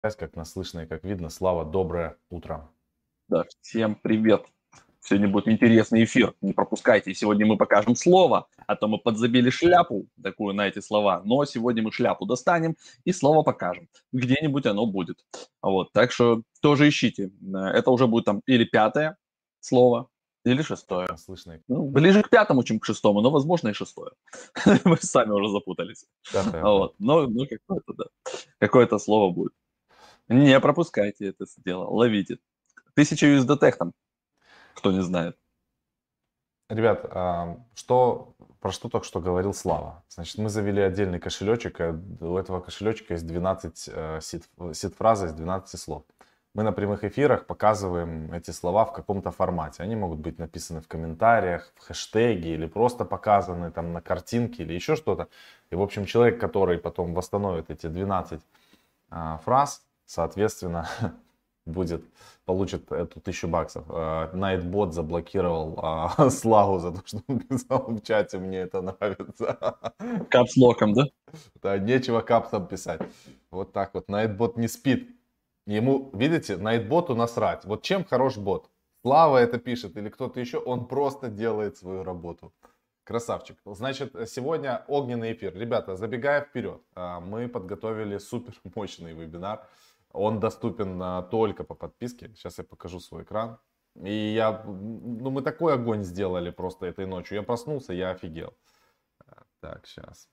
Как нас слышно и как видно. Слава, доброе утро. Да, всем привет. Сегодня будет интересный эфир, не пропускайте. Сегодня мы покажем слово, а то мы подзабили шляпу такую на эти слова, но сегодня мы шляпу достанем и слово покажем. Где-нибудь оно будет. Вот, так что тоже ищите. Это уже будет там или пятое слово, или Как шестое. нас слышно и Ну, ближе к пятому, чем к шестому, но, возможно, и шестое. Мы сами уже запутались. пятое, да. Вот, но какое-то, да, какое-то слово будет. Не пропускайте это дело, ловите. 1000 USDT там, кто не знает. Ребят, про что только что говорил Слава. Значит, мы завели отдельный кошелечек, у этого кошелечка есть 12 сид-фразы из 12 слов. Мы на прямых эфирах показываем эти слова в каком-то формате. Они могут быть написаны в комментариях, в хэштеге или просто показаны там на картинке или еще что-то. И, в общем, человек, который потом восстановит эти 12 фраз, соответственно, получит эту 1000 баксов. Найтбот заблокировал Славу за то, что он писал в чате, мне это нравится. Капслоком, да? Да, нечего капсом писать. Вот так вот. Найтбот не спит. Ему, видите, Найтботу насрать. Вот чем хорош бот? Слава это пишет или кто-то еще, он просто делает свою работу. Красавчик. Значит, сегодня огненный эфир. Ребята, забегая вперед, мы подготовили супер мощный вебинар. Он доступен только по подписке. Сейчас я покажу свой экран. И мы такой огонь сделали просто этой ночью. Я проснулся, я офигел. Так, сейчас.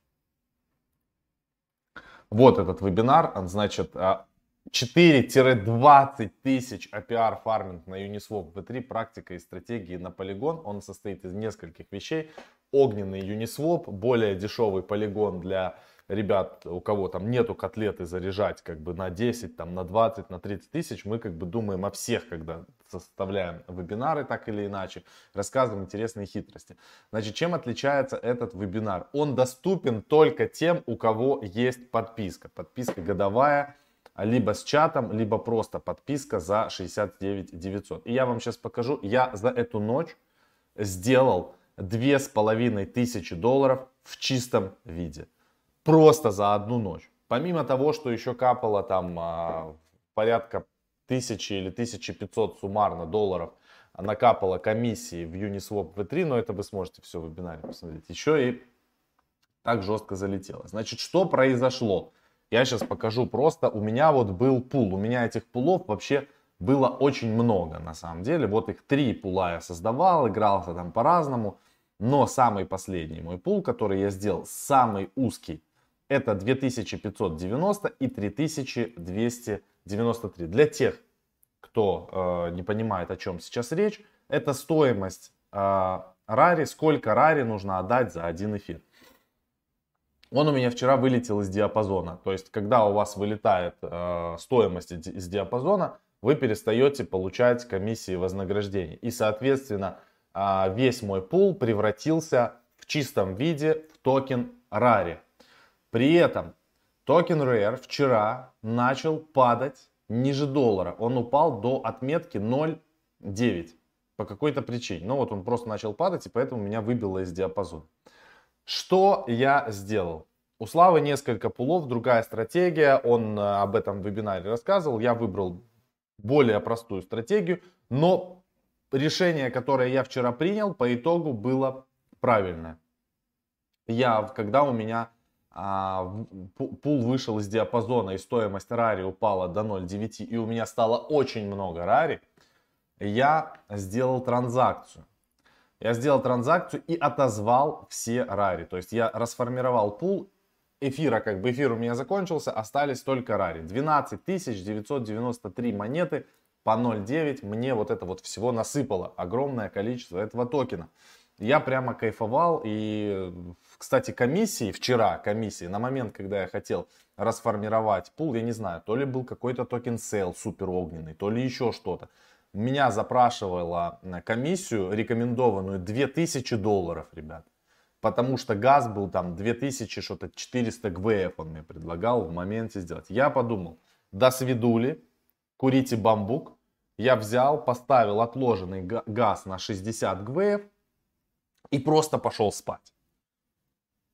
Вот этот вебинар, значит, 4-20 тысяч APR фарминг на Uniswap V3, практика и стратегии на полигон. Он состоит из нескольких вещей. Огненный Uniswap, более дешевый полигон для ребят, у кого там нету котлеты заряжать как бы на 10, там, на 20, на 30 тысяч. Мы как бы думаем о всех, когда составляем вебинары так или иначе, рассказываем интересные хитрости. Значит, чем отличается этот вебинар? Он доступен только тем, у кого есть подписка. Подписка годовая, либо с чатом, либо просто подписка за 69 900. И я вам сейчас покажу, я за эту ночь сделал $2500 в чистом виде. Просто за одну ночь. Помимо того, что еще капало там порядка 1000 или 1500 суммарно долларов, накапало комиссии в Uniswap V3, но это вы сможете все в вебинаре посмотреть. Еще и так жестко залетело. Значит, что произошло? Я сейчас покажу просто. У меня вот был пул. У меня этих пулов вообще было очень много на самом деле. Вот их 3 пула я создавал, игрался там по-разному. Но самый последний мой пул, который я сделал, самый узкий, это 2590 и 3293. Для тех, кто не понимает, о чем сейчас речь, это стоимость рари, сколько рари нужно отдать за один эфир. Он у меня вчера вылетел из диапазона. То есть, когда у вас вылетает стоимость из диапазона, вы перестаете получать комиссии вознаграждений. И, соответственно, весь мой пул превратился в чистом виде в токен Rari. При этом токен Rare вчера начал падать ниже доллара. Он упал до отметки 0,9 по какой-то причине. Ну вот он просто начал падать, и поэтому меня выбило из диапазона. Что я сделал? У Славы несколько пулов, другая стратегия, он об этом в вебинаре рассказывал. Я выбрал более простую стратегию, но решение, которое я вчера принял, по итогу было правильное. Когда у меня пул вышел из диапазона и стоимость рари упала до 0,9 и у меня стало очень много рари, я сделал транзакцию. Я сделал транзакцию и отозвал все рари. То есть я расформировал пул эфира, как бы эфир у меня закончился, остались только рари. 12 993 монеты по 0,9 мне вот это вот всего насыпало. Огромное количество этого токена. Я прямо кайфовал. И, кстати, вчера комиссии, на момент, когда я хотел расформировать пул, я не знаю, то ли был какой-то токен сейл супер огненный, то ли еще что-то. Меня запрашивала комиссию рекомендованную $2000, ребят. Потому что газ был там 2400 ГВФ он мне предлагал в моменте сделать. Я подумал, до свидули, курите бамбук. Я взял, поставил отложенный газ на 60 ГВФ и просто пошел спать.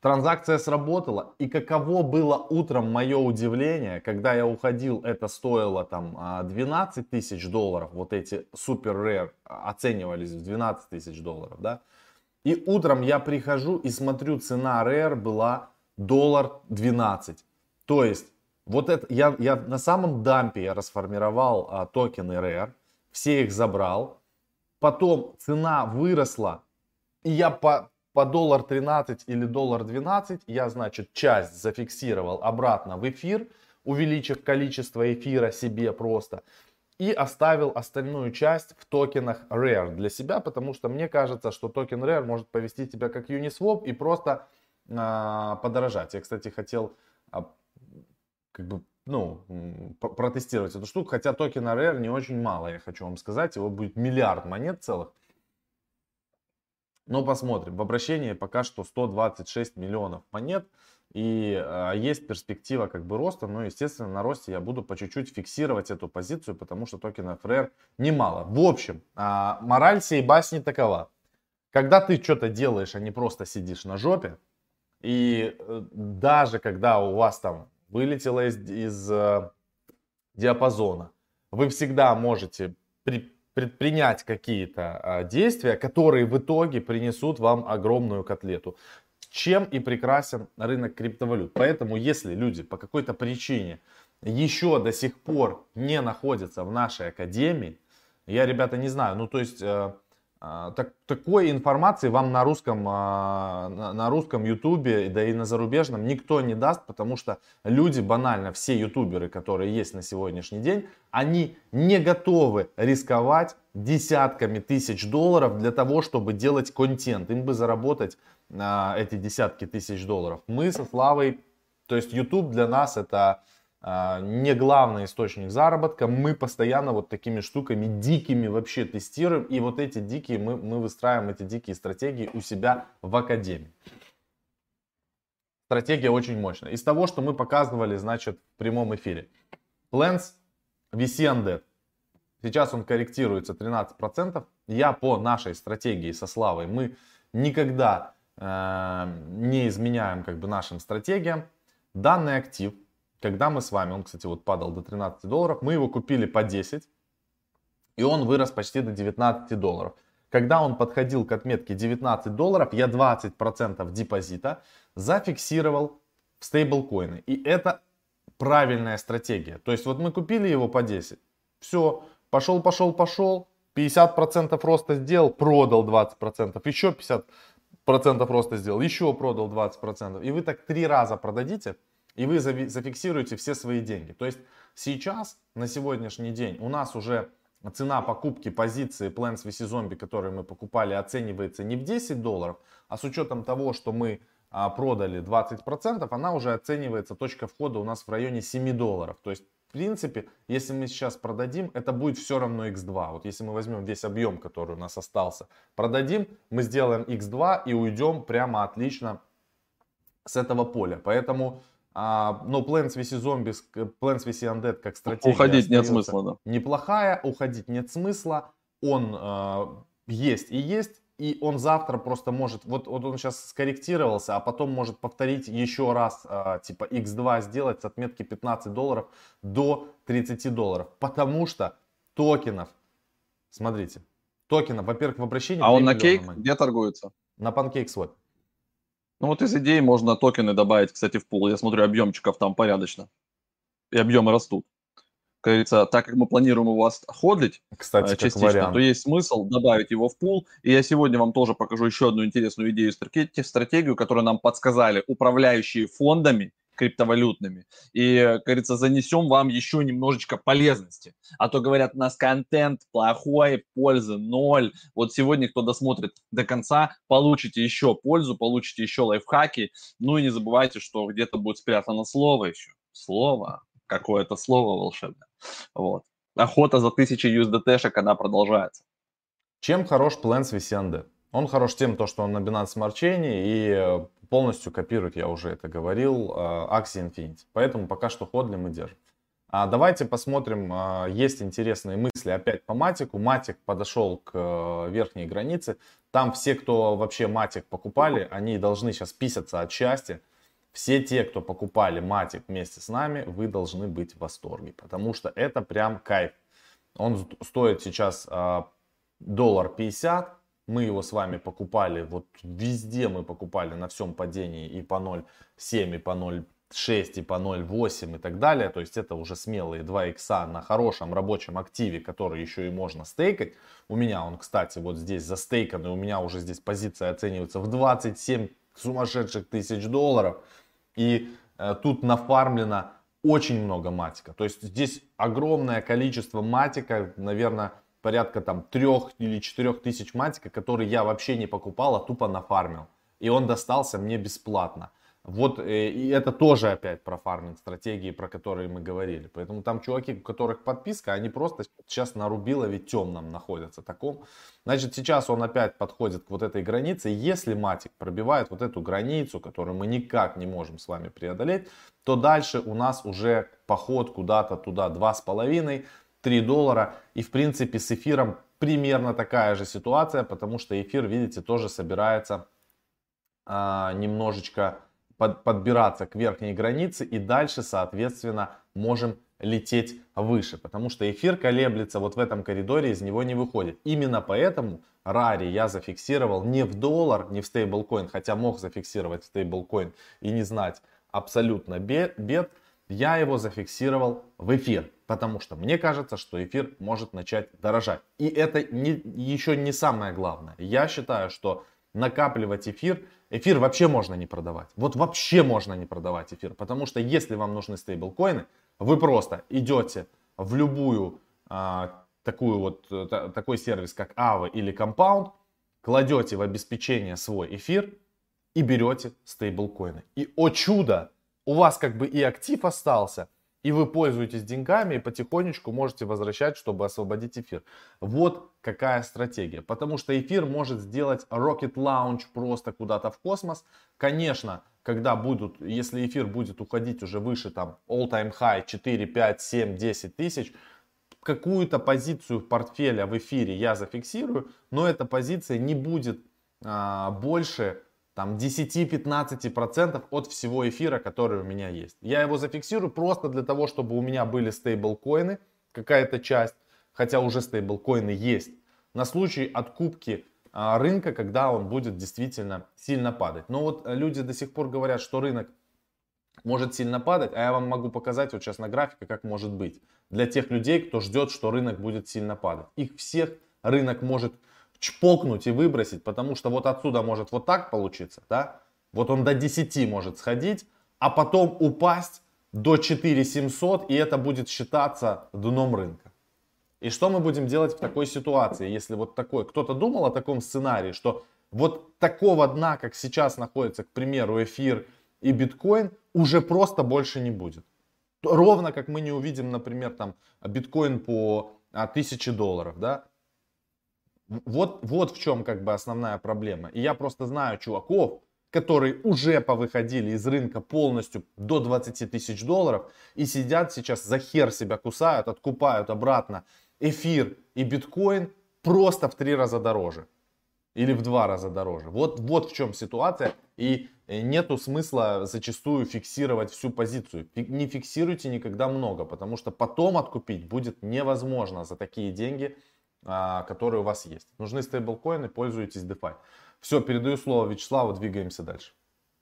Транзакция сработала, и каково было утром мое удивление, когда я уходил, это стоило там 12 тысяч долларов, вот эти супер rare оценивались в 12 тысяч долларов, да. И утром я прихожу и смотрю, цена rare была $12. То есть, вот это, я на самом дампе я расформировал токены rare, все их забрал, потом цена выросла, и я по $1.13 или $1.12 я, значит, часть зафиксировал обратно в эфир, увеличив количество эфира себе просто. И оставил остальную часть в токенах Rare для себя, потому что мне кажется, что токен Rare может повести тебя как Uniswap и просто подорожать. Я, кстати, хотел как бы, протестировать эту штуку, хотя токена Rare не очень мало, я хочу вам сказать. Его будет миллиард монет целых. Но посмотрим. В обращении пока что 126 миллионов монет. И есть перспектива как бы роста. Но, естественно, на росте я буду по чуть-чуть фиксировать эту позицию, потому что токенов Rare немало. В общем, мораль сей басни такова. Когда ты что-то делаешь, а не просто сидишь на жопе, и даже когда у вас там вылетело из диапазона, вы всегда можете предпринять какие-то действия, которые в итоге принесут вам огромную котлету. Чем и прекрасен рынок криптовалют. Поэтому, если люди по какой-то причине еще до сих пор не находятся в нашей академии, я, ребята, не знаю, ну то есть такой информации вам на русском ютубе, да и на зарубежном никто не даст, потому что люди банально, все ютуберы, которые есть на сегодняшний день, они не готовы рисковать десятками тысяч долларов для того, чтобы делать контент. Им бы заработать эти десятки тысяч долларов. Мы со Славой, то есть YouTube для нас это не главный источник заработка. Мы постоянно вот такими штуками дикими вообще тестируем. И вот эти дикие, мы выстраиваем эти дикие стратегии у себя в академии. Стратегия очень мощная. Из того, что мы показывали, значит, в прямом эфире. Plants VC Undead. Сейчас он корректируется 13%. Я по нашей стратегии со Славой, мы никогда не изменяем как бы нашим стратегиям. Данный актив, когда мы с вами, он, кстати, вот падал до 13 долларов, мы его купили по 10, и он вырос почти до 19 долларов. Когда он подходил к отметке 19 долларов, я 20% депозита зафиксировал в стейблкоины. И это правильная стратегия. То есть вот мы купили его по 10, все, пошел, 50% роста сделал, продал 20%, еще 50% роста сделал, еще продал 20%. И вы так 3 раза продадите, и вы зафиксируете все свои деньги. То есть сейчас, на сегодняшний день, у нас уже цена покупки позиции Plants vs Zombie, которые мы покупали, оценивается не в 10 долларов, а с учетом того, что мы продали 20%, она уже оценивается, точка входа у нас в районе 7 долларов. То есть, в принципе, если мы сейчас продадим, это будет все равно x2. Вот если мы возьмем весь объем, который у нас остался, продадим, мы сделаем x2 и уйдем прямо отлично с этого поля. Поэтому но Plants vs Zombies, Plants vs Undead как стратегия уходить нет смысла, да. Неплохая, уходить нет смысла. Он есть и есть, и он завтра просто может, вот он сейчас скорректировался, а потом может повторить еще раз, типа x2 сделать с отметки 15 долларов до 30 долларов. Потому что токенов, смотрите, токенов, во-первых, в обращении... А он на кейк где торгуется? На PancakeSwap. Ну вот из идеи можно токены добавить, кстати, в пул. Я смотрю, объемчиков там порядочно. И объемы растут. Как говорится, так как мы планируем его ходлить, кстати, частично, то есть смысл добавить его в пул. И я сегодня вам тоже покажу еще одну интересную идею, стратегию, которую нам подсказали управляющие фондами криптовалютными. И, как говорится, занесем вам еще немножечко полезности. А то говорят, у нас контент плохой, пользы ноль. Вот сегодня, кто досмотрит до конца, получите еще пользу, получите еще лайфхаки. Ну и не забывайте, что где-то будет спрятано слово еще. Слово. Какое-то слово волшебное. Вот. Охота за 1000 USDT-шек, она продолжается. Чем хорош Plants vs Undead? Он хорош тем, что он на Binance Smart Chain и полностью копирует, я уже это говорил, Axie Infinity. Поэтому пока что ходлим и держим. Давайте посмотрим, есть интересные мысли опять по матику. Матик подошел к верхней границе. Там все, кто вообще матик покупали, они должны сейчас писаться от счастья. Все те, кто покупали матик вместе с нами, вы должны быть в восторге. Потому что это прям кайф. Он стоит сейчас $1.50. Мы его с вами покупали, вот везде мы покупали на всем падении и по 0.7, и по 0.6, и по 0.8 и так далее. То есть это уже смелые 2 икса на хорошем рабочем активе, который еще и можно стейкать. У меня он, кстати, вот здесь застейканный, у меня уже здесь позиция оценивается в 27 сумасшедших тысяч долларов. И тут нафармлено очень много матика. То есть здесь огромное количество матика, наверное, порядка там 3 или 4 тысяч матика, который я вообще не покупал, а тупо нафармил. И он достался мне бесплатно. Вот, и это тоже опять про фарминг стратегии, про которые мы говорили. Поэтому там чуваки, у которых подписка, они просто сейчас на рубилове темном находятся, таком. Значит, сейчас он опять подходит к вот этой границе. Если матик пробивает вот эту границу, которую мы никак не можем с вами преодолеть, то дальше у нас уже поход куда-то туда 2,5-3 доллара. И в принципе с эфиром примерно такая же ситуация, потому что эфир, видите, тоже собирается немножечко подбираться к верхней границе, и дальше, соответственно, можем лететь выше, потому что эфир колеблется вот в этом коридоре, из него не выходит. Именно поэтому Рари я зафиксировал не в доллар, не в стейблкоин, хотя мог зафиксировать стейблкоин и не знать абсолютно бед, я его зафиксировал в эфир, потому что мне кажется, что эфир может начать дорожать. И это еще не самое главное. Я считаю, что накапливать эфир вообще можно не продавать. Вот вообще можно не продавать эфир. Потому что если вам нужны стейблкоины, вы просто идете в любую такой сервис, как Aave или Compound, кладете в обеспечение свой эфир и берете стейблкоины. И, о чудо, у вас как бы и актив остался, и вы пользуетесь деньгами и потихонечку можете возвращать, чтобы освободить эфир. Вот какая стратегия. Потому что эфир может сделать rocket launch просто куда-то в космос. Конечно, если эфир будет уходить уже выше там all-time high 4, 5, 7, 10 тысяч, какую-то позицию в портфеле в эфире я зафиксирую, но эта позиция не будет больше там 10-15% от всего эфира, который у меня есть. Я его зафиксирую просто для того, чтобы у меня были стейблкоины, какая-то часть, хотя уже стейблкоины есть, на случай откупки рынка, когда он будет действительно сильно падать. Но вот люди до сих пор говорят, что рынок может сильно падать, а я вам могу показать вот сейчас на графике, как может быть. Для тех людей, кто ждет, что рынок будет сильно падать. Их всех рынок может чпокнуть и выбросить, потому что вот отсюда может вот так получиться, да? Вот он до 10 может сходить, а потом упасть до 4700, и это будет считаться дном рынка. И что мы будем делать в такой ситуации, если вот такой, кто-то думал о таком сценарии, что вот такого дна, как сейчас находится, к примеру, эфир и биткоин, уже просто больше не будет. Ровно как мы не увидим, например, там биткоин по $1000, да? Вот в чем как бы основная проблема. И я просто знаю чуваков, которые уже повыходили из рынка полностью до 20 тысяч долларов и сидят сейчас за хер себя кусают, откупают обратно эфир и биткоин просто в 3 раза дороже. Или в 2 раза дороже. Вот в чем ситуация. И нету смысла зачастую фиксировать всю позицию. Не фиксируйте никогда много, потому что потом откупить будет невозможно за такие деньги, которые у вас есть. Нужны стейблкоины, пользуйтесь DeFi. Все, передаю слово Вячеславу, двигаемся дальше.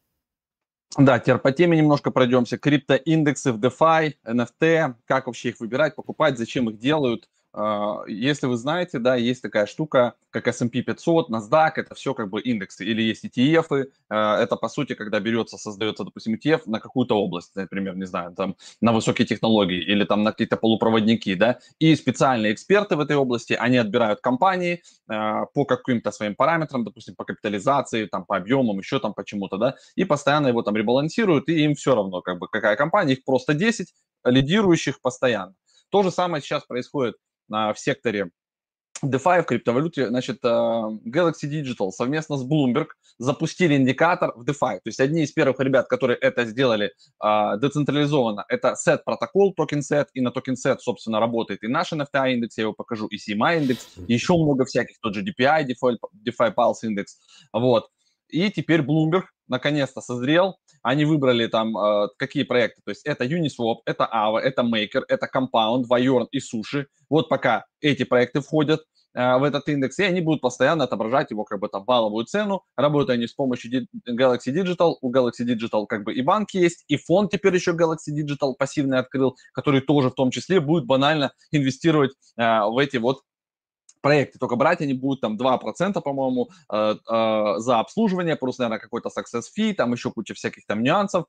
Да, теперь по теме немножко пройдемся. Криптоиндексы в DeFi, NFT, как вообще их выбирать, покупать, зачем их делают. Если вы знаете, да, есть такая штука, как S&P 500, NASDAQ, это все как бы индексы. Или есть ETF, это по сути, когда создается, допустим, ETF на какую-то область, например, не знаю, там на высокие технологии или там на какие-то полупроводники, да, и специальные эксперты в этой области, они отбирают компании по каким-то своим параметрам, допустим, по капитализации, там, по объемам, еще там почему-то, да, и постоянно его там ребалансируют, и им все равно, как бы, какая компания, их просто 10 лидирующих постоянно. То же самое сейчас происходит в секторе DeFi в криптовалюте, значит, Galaxy Digital совместно с Bloomberg запустили индикатор в DeFi. То есть одни из первых ребят, которые это сделали децентрализованно, это SET протокол, токен SET, и на токен SET, собственно, работает и наш NFTI индекс, я его покажу, и CMI индекс, и еще много всяких, тот же DPI, DeFi Pulse индекс, вот. И теперь Bloomberg наконец-то созрел, они выбрали там какие проекты, то есть это Uniswap, это Aava, это Maker, это Compound, Vayorn и Sushi. Вот пока эти проекты входят в этот индекс, и они будут постоянно отображать его как бы там балловую цену. Работают они с помощью Galaxy Digital. У Galaxy Digital как бы и банк есть, и фонд теперь еще Galaxy Digital пассивный открыл, который тоже в том числе будет банально инвестировать в эти вот проекты, только брать они будут там 2%, по-моему, за обслуживание, просто, наверное, какой-то success fee, там еще куча всяких там нюансов.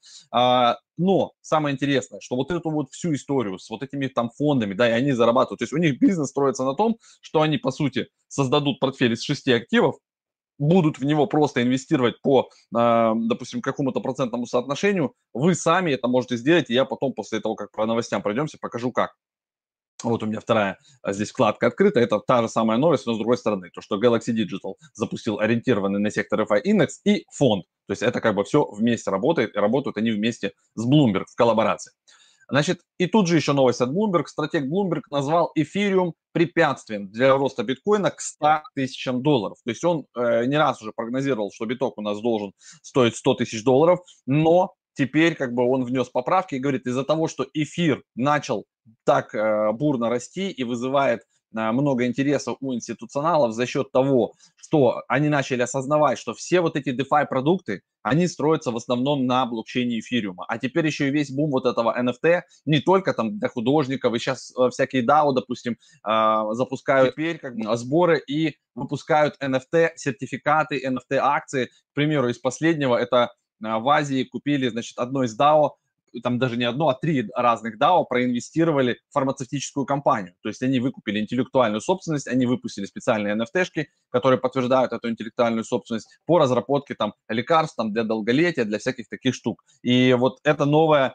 Но самое интересное, что вот эту вот всю историю с вот этими там фондами, да, и они зарабатывают, то есть у них бизнес строится на том, что они, по сути, создадут портфель из 6 активов, будут в него просто инвестировать по, допустим, какому-то процентному соотношению, вы сами это можете сделать, и я потом после того, как по новостям пройдемся, покажу как. Вот у меня вторая здесь вкладка открыта. Это та же самая новость, но с другой стороны. То, что Galaxy Digital запустил ориентированный на сектор FI индекс и фонд. То есть это как бы все вместе работает, и работают они вместе с Bloomberg в коллаборации. Значит, и тут же еще новость от Bloomberg. Стратег Bloomberg назвал эфириум препятствием для роста биткоина к 100 тысячам долларов. То есть он не раз уже прогнозировал, что биток у нас должен стоить 100 тысяч долларов, но теперь как бы он внес поправки и говорит, из-за того, что эфир начал так бурно расти и вызывает много интереса у институционалов за счет того, что они начали осознавать, что все вот эти DeFi продукты, они строятся в основном на блокчейне эфириума. А теперь еще и весь бум вот этого NFT, не только там для художников, и сейчас всякие DAO, допустим, запускают теперь как бы сборы и выпускают NFT-сертификаты, NFT-акции. К примеру, из последнего это в Азии купили, значит, одно из DAO, там даже не одно, а 3 разных DAO проинвестировали в фармацевтическую компанию. То есть они выкупили интеллектуальную собственность, они выпустили специальные NFT-шки, которые подтверждают эту интеллектуальную собственность по разработке там лекарств там, для долголетия, для всяких таких штук. И вот это новая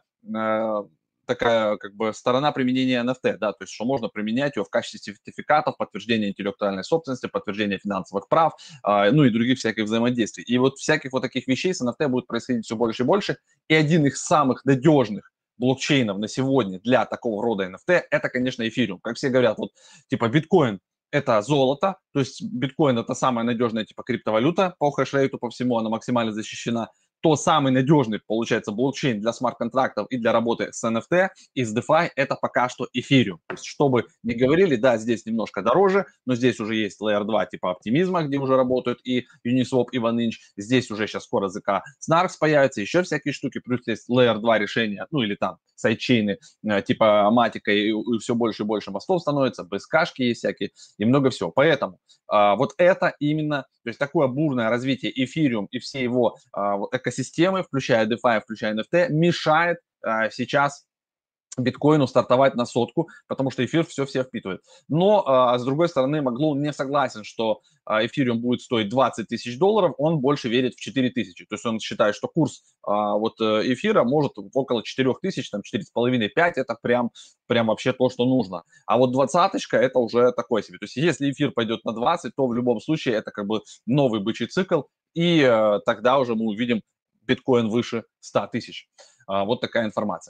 такая как бы сторона применения NFT, да, то есть что можно применять его в качестве сертификатов, подтверждения интеллектуальной собственности, подтверждения финансовых прав, ну и других всяких взаимодействий. И вот всяких вот таких вещей с NFT будет происходить все больше и больше, и один из самых надежных блокчейнов на сегодня для такого рода NFT это, конечно, эфириум. Как все говорят, вот типа биткоин это золото, то есть биткоин это самая надежная типа криптовалюта по хешрейту, по всему, она максимально защищена. То самый надежный, получается, блокчейн для смарт-контрактов и для работы с NFT и с DeFi это пока что эфириум. То есть, чтобы не говорили, да, здесь немножко дороже, но здесь уже есть Layer 2 типа оптимизма, где уже работают и Uniswap, и OneInch. Здесь уже сейчас скоро ZK Snarks появится, еще всякие штуки, плюс есть Layer 2 решения, ну или там сайдчейны типа Матика, и все больше и больше мостов становится, без кашки есть всякие, и много всего. Поэтому вот это именно, то есть такое бурное развитие эфириум и все его экосистемы, включая DeFi, включая NFT, мешает сейчас биткоину стартовать на сотку, потому что эфир все впитывает. Но, с другой стороны, Маглоун не согласен, что эфириум будет стоить 20 тысяч долларов, он больше верит в 4 тысячи. То есть он считает, что курс вот эфира может около 4 тысяч, там 4,5-5, это прям вообще то, что нужно. А вот 20-очка это уже такой себе. То есть если эфир пойдет на 20, то в любом случае это как бы новый бычий цикл, и тогда уже мы увидим биткоин выше 100 тысяч. Вот такая информация.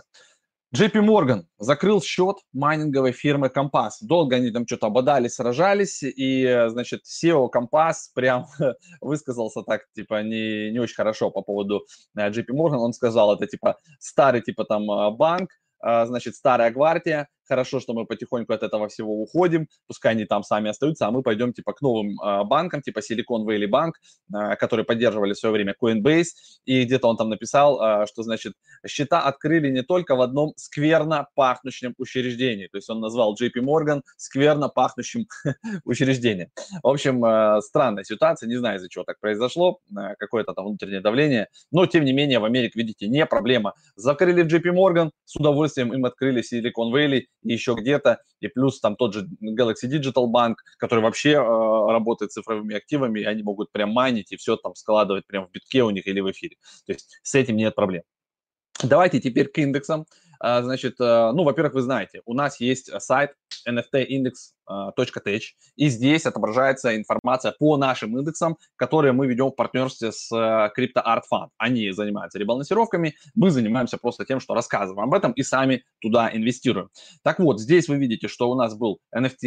JP Morgan закрыл счет майнинговой фирмы Compass. Долго они там что-то ободались, сражались, и, значит, SEO Compass прям высказался так, типа, не очень хорошо по поводу JP Morgan. Он сказал, это, типа, старый, типа, там, банк, значит, старая гвардия, хорошо, что мы потихоньку от этого всего уходим, пускай они там сами остаются, а мы пойдем, типа, к новым банкам, типа Silicon Valley Bank, которые поддерживали в свое время Coinbase, и где-то он там написал, что, значит, счета открыли не только в одном скверно пахнущем учреждении, то есть он назвал JP Morgan скверно пахнущим учреждением. В общем, странная ситуация, не знаю, из-за чего так произошло, какое-то там внутреннее давление, но, тем не менее, в Америке, видите, не проблема. Закрыли JP Morgan, с удовольствием им открыли Silicon Valley, и еще где-то, и плюс там тот же Galaxy Digital Bank, который вообще работает с цифровыми активами, и они могут прям майнить и все там складывать прям в битке у них или в эфире. То есть с этим нет проблем. Давайте теперь к индексам. Значит, ну, во-первых, вы знаете, у нас есть сайт NFT Index .tech, и здесь отображается информация по нашим индексам, которые мы ведем в партнерстве с Crypto Art Fund. Они занимаются ребалансировками, мы занимаемся просто тем, что рассказываем об этом и сами туда инвестируем. Так вот, здесь вы видите, что у нас был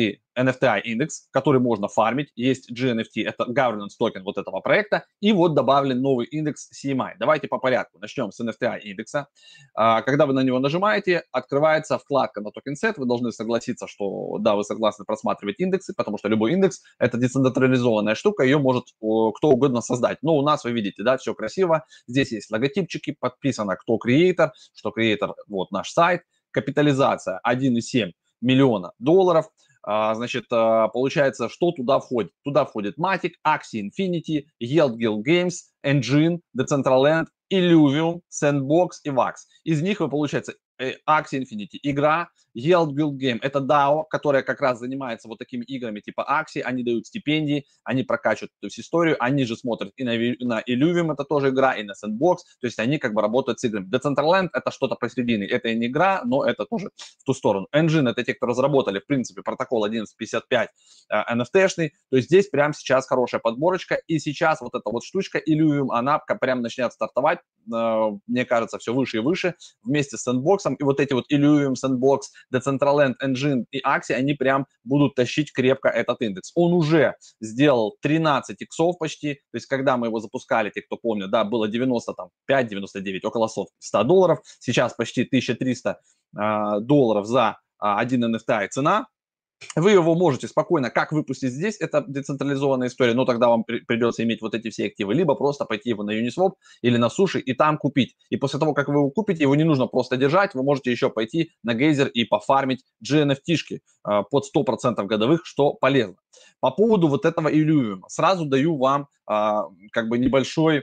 NFTI индекс, который можно фармить, есть GNFT, это governance токен вот этого проекта, и вот добавлен новый индекс CMI. Давайте по порядку, начнем с NFTI индекса. Когда вы на него нажимаете, открывается вкладка на токен сет, вы должны согласиться, что да, вы согласны просматривать индексы, потому что любой индекс – это децентрализованная штука, ее может кто угодно создать. Но у нас, вы видите, да, все красиво. Здесь есть логотипчики, подписано, кто креатор, что креатор, вот наш сайт. Капитализация 1,7 миллиона долларов. Значит, получается, что туда входит? Туда входит Matic, Axie Infinity, Yield Guild Games, Engine, Decentraland, Illuvium, Sandbox и Wax. Из них вы, получается, Axie Infinity игра, Yield Guild Game это DAO, которая как раз занимается вот такими играми типа Axie, они дают стипендии, они прокачивают эту всю историю, они же смотрят и на Illuvium, это тоже игра, и на Sandbox, то есть они как бы работают с играми. Decentraland это что-то посередине, это не игра, но это тоже в ту сторону. Engine это те, кто разработали, в принципе, протокол 1155 NFT-шный, то есть здесь прямо сейчас хорошая подборочка, и сейчас вот эта вот штучка Illuvium, она прям начнет стартовать, мне кажется, все выше и выше, вместе с Sandbox, и вот эти вот Illuvium, Sandbox, Decentraland, Engine и Axie, они прям будут тащить крепко этот индекс. Он уже сделал 13 иксов почти, то есть когда мы его запускали, те, кто помнит, да, было 95, 99, около 100 долларов, сейчас почти 1300 долларов за один NFT цена. Вы его можете спокойно как выпустить здесь, это децентрализованная история, но тогда вам придется иметь вот эти все активы, либо просто пойти его на Uniswap или на Суши и там купить. И после того, как вы его купите, его не нужно просто держать, вы можете еще пойти на Гейзер и пофармить GNFT-шки под 100% годовых, что полезно. По поводу вот этого Illuvium, сразу даю вам как бы небольшую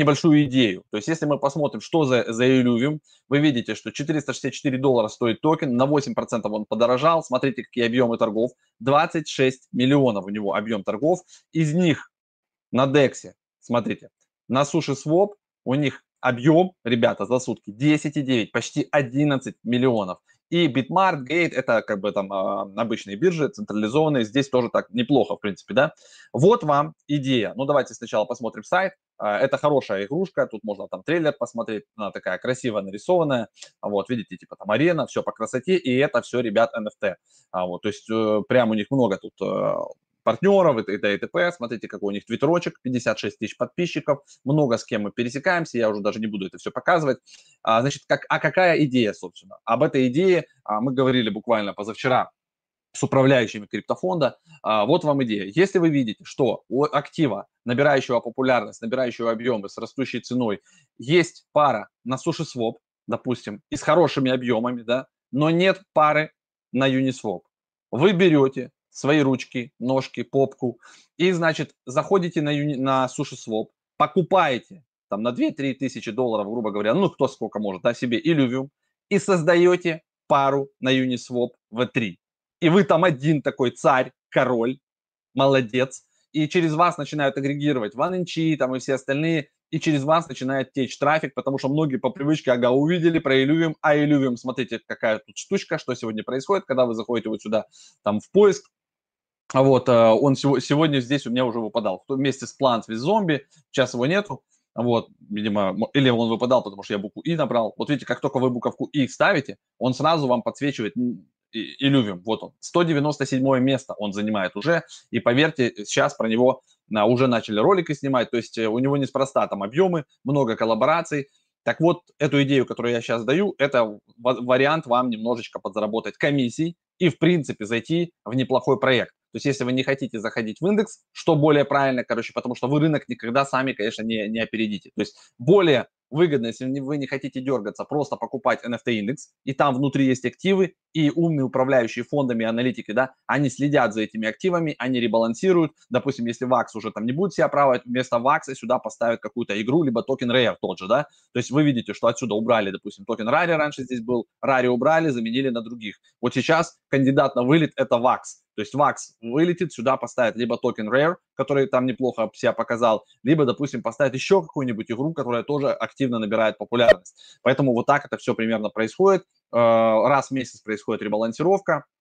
идею. То есть, если мы посмотрим, что за Illuvium, вы видите, что 464 доллара стоит токен, на 8% он подорожал. Смотрите, какие объемы торгов. 26 миллионов у него объем торгов. Из них на DEX, смотрите, на SushiSwap у них объем, ребята, за сутки 10,9, почти 11 миллионов. И Bitmart, Gate, это как бы там обычные биржи, централизованные. Здесь тоже так неплохо, в принципе, да. Вот вам идея. Ну, давайте сначала посмотрим сайт. Это хорошая игрушка, тут можно там трейлер посмотреть, она такая красиво нарисованная. Вот, видите, типа там арена, все по красоте, и это все, ребят, NFT. Вот, то есть прям у них много тут партнеров и т.д. Смотрите, какой у них твиттерочек, 56 тысяч подписчиков, много с кем мы пересекаемся, я уже даже не буду это все показывать. Значит, какая идея, собственно? Об этой идее мы говорили буквально позавчера с управляющими криптофонда. Вот вам идея. Если вы видите, что у актива, набирающего популярность, набирающего объемы с растущей ценой, есть пара на SushiSwap, допустим, и с хорошими объемами, да, но нет пары на Uniswap, вы берете свои ручки, ножки, попку и, значит, заходите на SushiSwap, покупаете там на 2-3 тысячи долларов, грубо говоря, ну, кто сколько может, да, себе Illuvium, и создаете пару на Uniswap V3. И вы там один такой царь, король, молодец, и через вас начинают агрегировать OneInch там и все остальные, и через вас начинает течь трафик, потому что многие по привычке, увидели про Illuvium, а Illuvium, смотрите, какая тут штучка, что сегодня происходит, когда вы заходите вот сюда, там, в поиск, вот, он сегодня здесь у меня уже выпадал, вместе с Plants vs Zombie, сейчас его нету, вот, видимо, или он выпадал, потому что я букву И набрал, вот видите, как только вы буковку И ставите, он сразу вам подсвечивает Illuvium, вот он, 197 место он занимает уже, и поверьте, сейчас про него уже начали ролики снимать, то есть у него неспроста там объемы, много коллабораций. Так вот, эту идею, которую я сейчас даю, это вариант вам немножечко подзаработать комиссий и, в принципе, зайти в неплохой проект. То есть, если вы не хотите заходить в индекс, что более правильно, короче, потому что вы рынок никогда сами, конечно, не опередите. То есть, более выгодно, если вы не хотите дергаться, просто покупать NFT-индекс, и там внутри есть активы, и умные управляющие фондами аналитики, да, они следят за этими активами, они ребалансируют. Допустим, если VAX уже там не будет себя оправдывать, вместо VAX сюда поставят какую-то игру, либо токен Rare тот же, да. То есть вы видите, что отсюда убрали, допустим, токен Rare раньше здесь был, Rare убрали, заменили на других. Вот сейчас кандидат на вылет это VAX. То есть VAX вылетит, сюда поставят либо токен Rare, который там неплохо себя показал, либо, допустим, поставят еще какую-нибудь игру, которая тоже активно набирает популярность. Поэтому вот так это все примерно происходит. Раз в месяц происходит ребалансировка.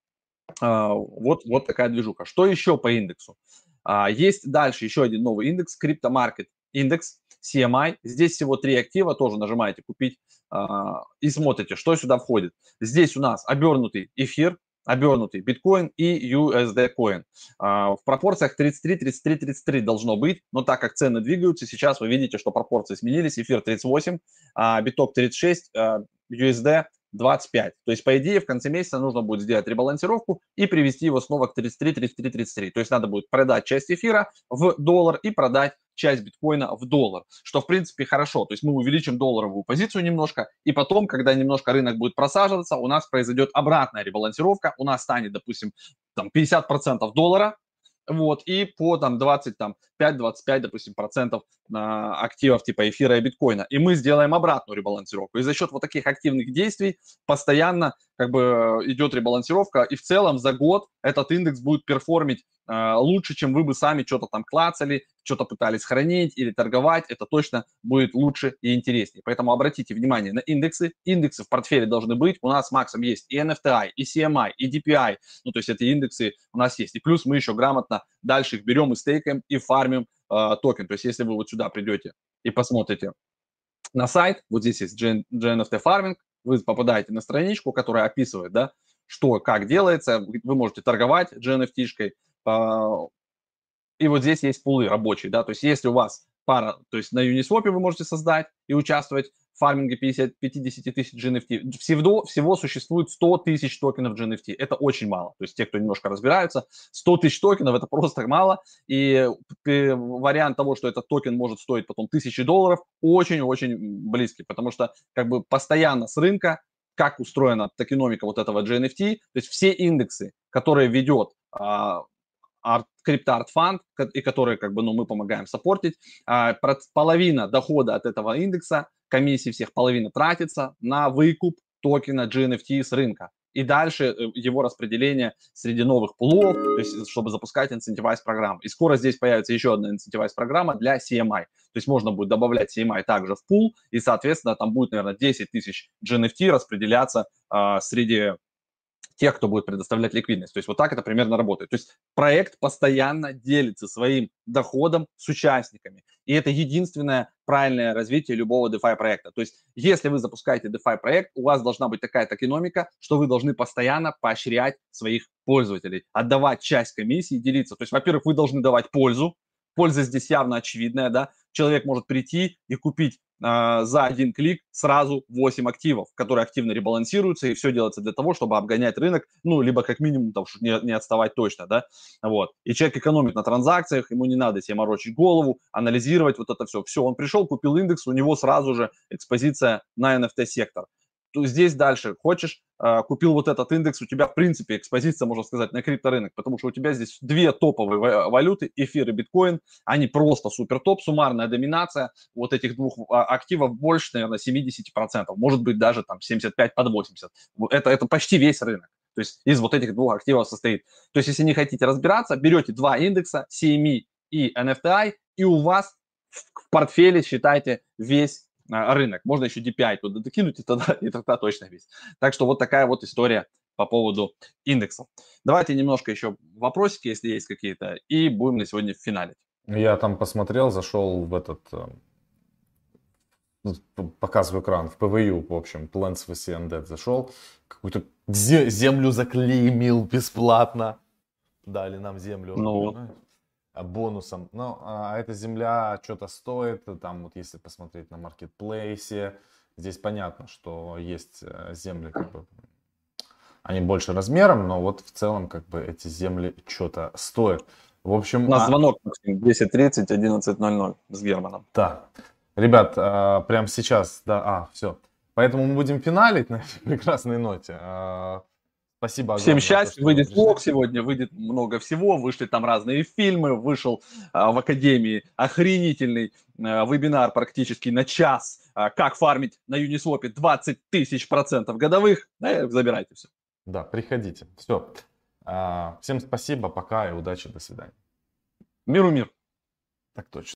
Вот такая движуха. Что еще по индексу? Есть дальше еще один новый индекс, CryptoMarket индекс, CMI. Здесь всего 3 актива, тоже нажимаете «Купить» и смотрите, что сюда входит. Здесь у нас обернутый эфир, обернутый биткоин и USD coin. В пропорциях 33, 33, 33 должно быть, но так как цены двигаются, сейчас вы видите, что пропорции сменились. Эфир 38, биток 36, USD 25. То есть, по идее, в конце месяца нужно будет сделать ребалансировку и привести его снова к 33, 33, 33. То есть надо будет продать часть эфира в доллар и продать часть биткоина в доллар, что, в принципе, хорошо. То есть мы увеличим долларовую позицию немножко, и потом, когда немножко рынок будет просаживаться, у нас произойдет обратная ребалансировка, у нас станет, допустим, там 50% доллара, вот, и по там 25-25, допустим, процентов активов типа эфира и биткоина. И мы сделаем обратную ребалансировку. И за счет вот таких активных действий постоянно как бы идет ребалансировка. И в целом за год этот индекс будет перформить лучше, чем вы бы сами что-то там клацали, что-то пытались хранить или торговать. Это точно будет лучше и интереснее. Поэтому обратите внимание на индексы. Индексы в портфеле должны быть. У нас с Максом есть и NFTI, и CMI, и DPI. Ну, то есть эти индексы у нас есть. И плюс мы еще грамотно дальше их берем и стейкаем, и фармим токен. То есть если вы вот сюда придете и посмотрите на сайт, вот здесь есть GNFT Farming, вы попадаете на страничку, которая описывает, да, что, как делается, вы можете торговать GNFT-шкой, и вот здесь есть пулы рабочие, да, то есть если у вас пара, то есть на Uniswap вы можете создать и участвовать в фарминге 50 тысяч GNFT. Всего существует 100 тысяч токенов GNFT. Это очень мало. То есть те, кто немножко разбираются, 100 тысяч токенов это просто мало. И вариант того, что этот токен может стоить потом $1000, очень-очень близкий. Потому что как бы постоянно с рынка, как устроена токеномика вот этого GNFT, то есть все индексы, которые ведет CryptoArt Fund, и которые как бы, ну, мы помогаем саппортить. Половина дохода от этого индекса, комиссии всех, половина тратится на выкуп токена GNFT с рынка. И дальше его распределение среди новых пулов, то есть чтобы запускать Incentivize программу. И скоро здесь появится еще одна Incentivize программа для CMI. То есть можно будет добавлять CMI также в пул, и, соответственно, там будет, наверное, 10 тысяч GNFT распределяться среди тех, кто будет предоставлять ликвидность. То есть вот так это примерно работает. То есть проект постоянно делится своим доходом с участниками. И это единственное правильное развитие любого DeFi проекта. То есть если вы запускаете DeFi проект, у вас должна быть такая токеномика, что вы должны постоянно поощрять своих пользователей, отдавать часть комиссии, делиться. То есть, во-первых, вы должны давать пользу. Польза здесь явно очевидная, да. Человек может прийти и купить за один клик сразу 8 активов, которые активно ребалансируются, и все делается для того, чтобы обгонять рынок, ну, либо как минимум там, не отставать точно, да, вот. И человек экономит на транзакциях, ему не надо себе морочить голову, анализировать вот это все. Все, он пришел, купил индекс, у него сразу же экспозиция на NFT-сектор. То здесь дальше, хочешь, купил вот этот индекс, у тебя, в принципе, экспозиция, можно сказать, на крипторынок, потому что у тебя здесь две топовые валюты, эфир и биткоин, они просто супер топ, суммарная доминация вот этих двух активов больше, наверное, 70%, может быть, даже там 75 под 80. Это почти весь рынок. То есть из вот этих двух активов состоит. То есть если не хотите разбираться, берете два индекса, CME и NFTI, и у вас в портфеле, считайте, весь рынок. Можно еще DPI туда докинуть, и тогда точно весь. Так что вот такая вот история по поводу индексов. Давайте немножко еще вопросики, если есть какие-то, и будем на сегодня финалить. Я там посмотрел, зашел в этот, показываю экран, в PVU, в общем, Plants vs Undead зашел, какую-то землю заклеймил бесплатно, дали нам землю. Ну, Бонусом. Ну, а эта земля что-то стоит, там вот если посмотреть на маркетплейсе, здесь понятно, что есть земли, как бы, они больше размером, но вот в целом, как бы, эти земли что-то стоят. В общем... У нас звонок 10:30, 11:00 с Германом. Да. Ребят, прямо сейчас, да, все. Поэтому мы будем финалить на этой прекрасной ноте. Спасибо огромное. Всем счастья, выйдет влог сегодня, выйдет много всего, вышли там разные фильмы, вышел в Академии охренительный вебинар практически на час, как фармить на Uniswap 20 000% годовых, забирайте все. Да, приходите, все. Всем спасибо, пока и удачи, до свидания. Миру мир. Так точно.